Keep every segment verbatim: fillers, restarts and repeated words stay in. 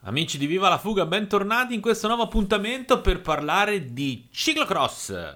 Amici di Viva la Fuga, bentornati in questo nuovo appuntamento per parlare di ciclocross.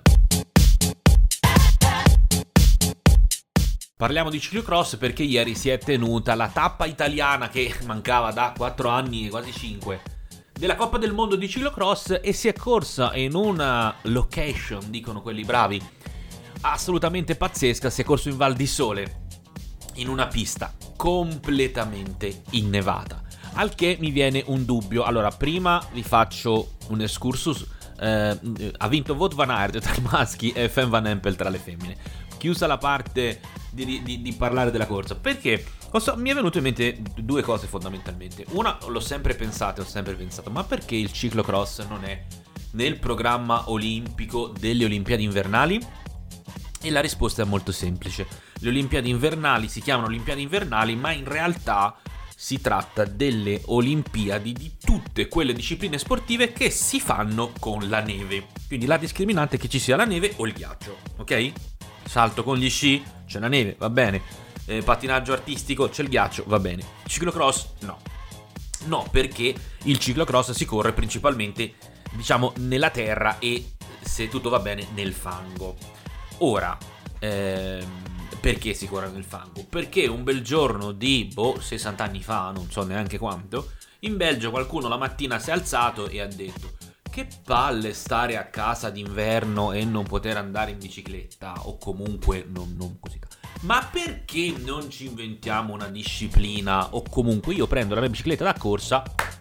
Parliamo di ciclocross perché ieri si è tenuta la tappa italiana che mancava da quattro anni, quasi cinque, della Coppa del Mondo di ciclocross, e si è corsa in una location, dicono quelli bravi, assolutamente pazzesca. Si è corso in Val di Sole, in una pista completamente innevata. Al che mi viene un dubbio. Allora, prima vi faccio un excursus. Eh, ha vinto Wout van Aert tra i maschi e Fem Van Empel tra le femmine. Chiusa la parte di, di, di parlare della corsa, perché so, mi è venuto in mente due cose fondamentalmente. Una, l'ho sempre pensato, ho sempre pensato, ma perché il ciclocross non è nel programma olimpico delle Olimpiadi invernali? E la risposta è molto semplice. Le Olimpiadi invernali si chiamano Olimpiadi invernali, ma in realtà si tratta delle Olimpiadi di tutte quelle discipline sportive che si fanno con la neve. Quindi la discriminante è che ci sia la neve o il ghiaccio, ok? Salto con gli sci, c'è la neve, va bene. Eh, pattinaggio artistico, c'è il ghiaccio, va bene. Ciclocross, no. No, perché il ciclocross si corre principalmente, diciamo, nella terra e, se tutto va bene, nel fango. Ora, ehm... perché si corre nel fango? Perché un bel giorno di, boh, sessanta anni fa, non so neanche quanto, in Belgio qualcuno la mattina si è alzato e ha detto: che palle stare a casa d'inverno e non poter andare in bicicletta, o comunque non, non così. Ma perché non ci inventiamo una disciplina? O comunque io prendo la mia bicicletta da corsa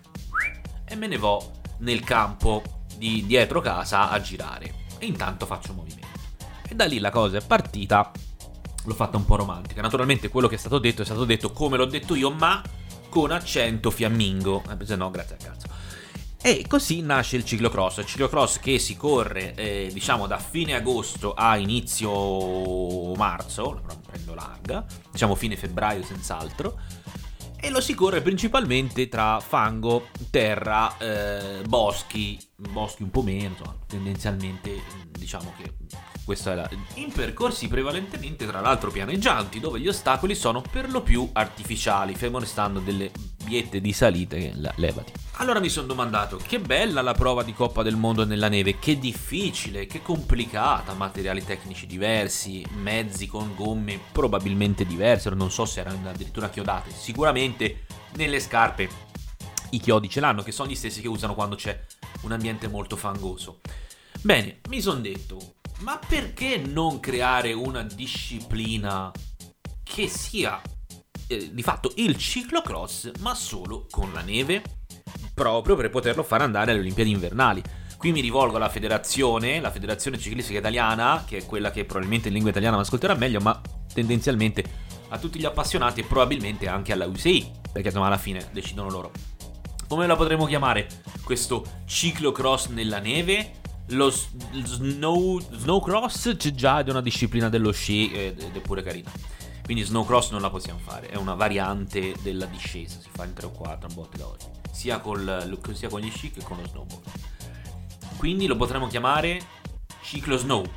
e me ne vo nel campo di dietro casa a girare, e intanto faccio movimento. E da lì la cosa è partita. L'ho fatta un po' romantica. Naturalmente quello che è stato detto è stato detto come l'ho detto io, ma con accento fiammingo, eh, se no grazie al cazzo. E così nasce il ciclocross. Il ciclocross che si corre eh, diciamo da fine agosto a inizio marzo, prendo larga, diciamo fine febbraio senz'altro, e lo si corre principalmente tra fango, terra, eh, boschi, boschi un po' meno, insomma, tendenzialmente diciamo che questa è la... in percorsi prevalentemente tra l'altro pianeggianti, dove gli ostacoli sono per lo più artificiali, fermo restando delle biette di salite che la... levati. Allora mi sono domandato: che bella la prova di Coppa del Mondo nella neve, che difficile, che complicata, materiali tecnici diversi, mezzi con gomme probabilmente diverse, non so se erano addirittura chiodate, sicuramente nelle scarpe i chiodi ce l'hanno, che sono gli stessi che usano quando c'è un ambiente molto fangoso. Bene, mi sono detto: ma perché non creare una disciplina che sia eh, di fatto il ciclocross, ma solo con la neve, proprio per poterlo fare andare alle Olimpiadi invernali? Qui mi rivolgo alla federazione, la Federazione Ciclistica Italiana, che è quella che probabilmente in lingua italiana mi ascolterà meglio, ma tendenzialmente a tutti gli appassionati e probabilmente anche alla U C I, perché insomma alla fine decidono loro. Come la potremmo chiamare questo ciclocross nella neve? Lo snow, snowcross c'è già, ed è una disciplina dello sci ed è pure carina. Quindi snowcross non la possiamo fare, è una variante della discesa, si fa in tre o quattro botte da oggi, sia, col, sia con gli sci che con lo snowboard. Quindi lo potremmo chiamare ciclo snow.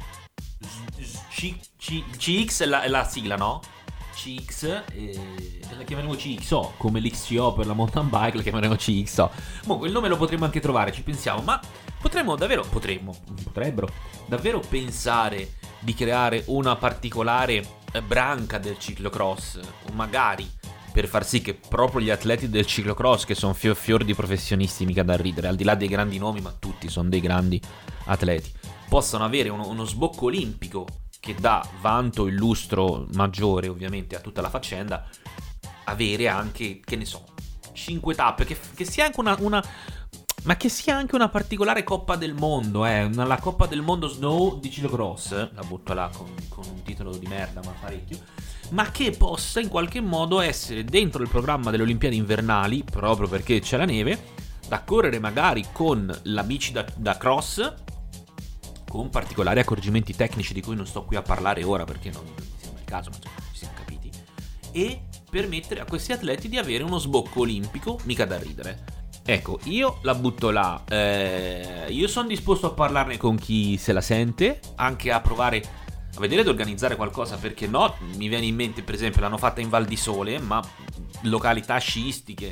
C, C, C X è la, è la sigla, no? C X, e la chiameremo C X O, come l'X C O per la mountain bike, la chiameremo C X O. Comunque il nome lo potremmo anche trovare, ci pensiamo, ma potremmo davvero, potremmo, potrebbero davvero pensare di creare una particolare branca del ciclocross, o magari per far sì che proprio gli atleti del ciclocross, che sono fior fior di professionisti, mica da ridere, al di là dei grandi nomi, ma tutti sono dei grandi atleti, possano avere uno, uno sbocco olimpico che dà vanto e lustro maggiore ovviamente a tutta la faccenda, avere anche, che ne so, cinque tappe, che, che sia anche una, una ma che sia anche una particolare Coppa del Mondo, eh, la Coppa del Mondo Snow di ciclocross, la butto là con, con un titolo di merda ma parecchio, ma che possa in qualche modo essere dentro il programma delle Olimpiadi invernali, proprio perché c'è la neve, da correre magari con la bici da, da cross, con particolari accorgimenti tecnici di cui non sto qui a parlare ora perché non mi sembra il caso, ma ci siamo capiti, e permettere a questi atleti di avere uno sbocco olimpico mica da ridere. Ecco, io la butto là, eh, io sono disposto a parlarne con chi se la sente, anche a provare a vedere di organizzare qualcosa, perché no? Mi viene in mente per esempio, l'hanno fatta in Val di Sole, ma località sciistiche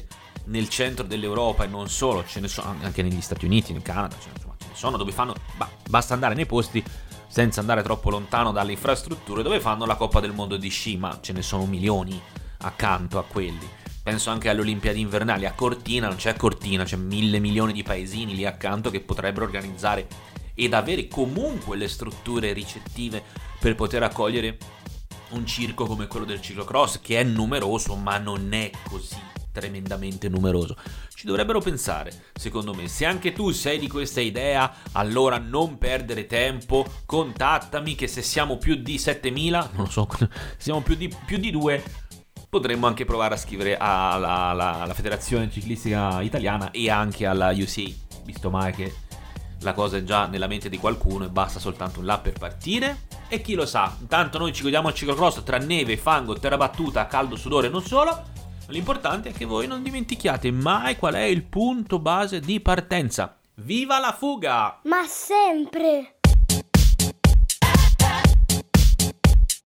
nel centro dell'Europa e non solo, ce ne sono anche negli Stati Uniti, nel Canada, ce ne, insomma, ce ne sono dove fanno, bah, basta andare nei posti senza andare troppo lontano dalle infrastrutture, dove fanno la Coppa del Mondo di sci, ma ce ne sono milioni accanto a quelli. Penso anche alle Olimpiadi invernali, a Cortina non c'è Cortina, c'è mille milioni di paesini lì accanto che potrebbero organizzare ed avere comunque le strutture ricettive per poter accogliere un circo come quello del ciclocross, che è numeroso ma non è così tremendamente numeroso. Ci dovrebbero pensare, secondo me. Se anche tu sei di questa idea, allora non perdere tempo, contattami, che se siamo più di settemila, non lo so, se siamo più di, più di due, potremmo anche provare a scrivere alla, alla, alla Federazione Ciclistica Italiana e anche alla U C A, visto mai che la cosa è già nella mente di qualcuno e basta soltanto un là per partire. E chi lo sa, intanto noi ci godiamo il ciclocross tra neve, fango, terra battuta, caldo, sudore e non solo. L'importante è che voi non dimentichiate mai qual è il punto base di partenza. Viva la fuga! Ma sempre!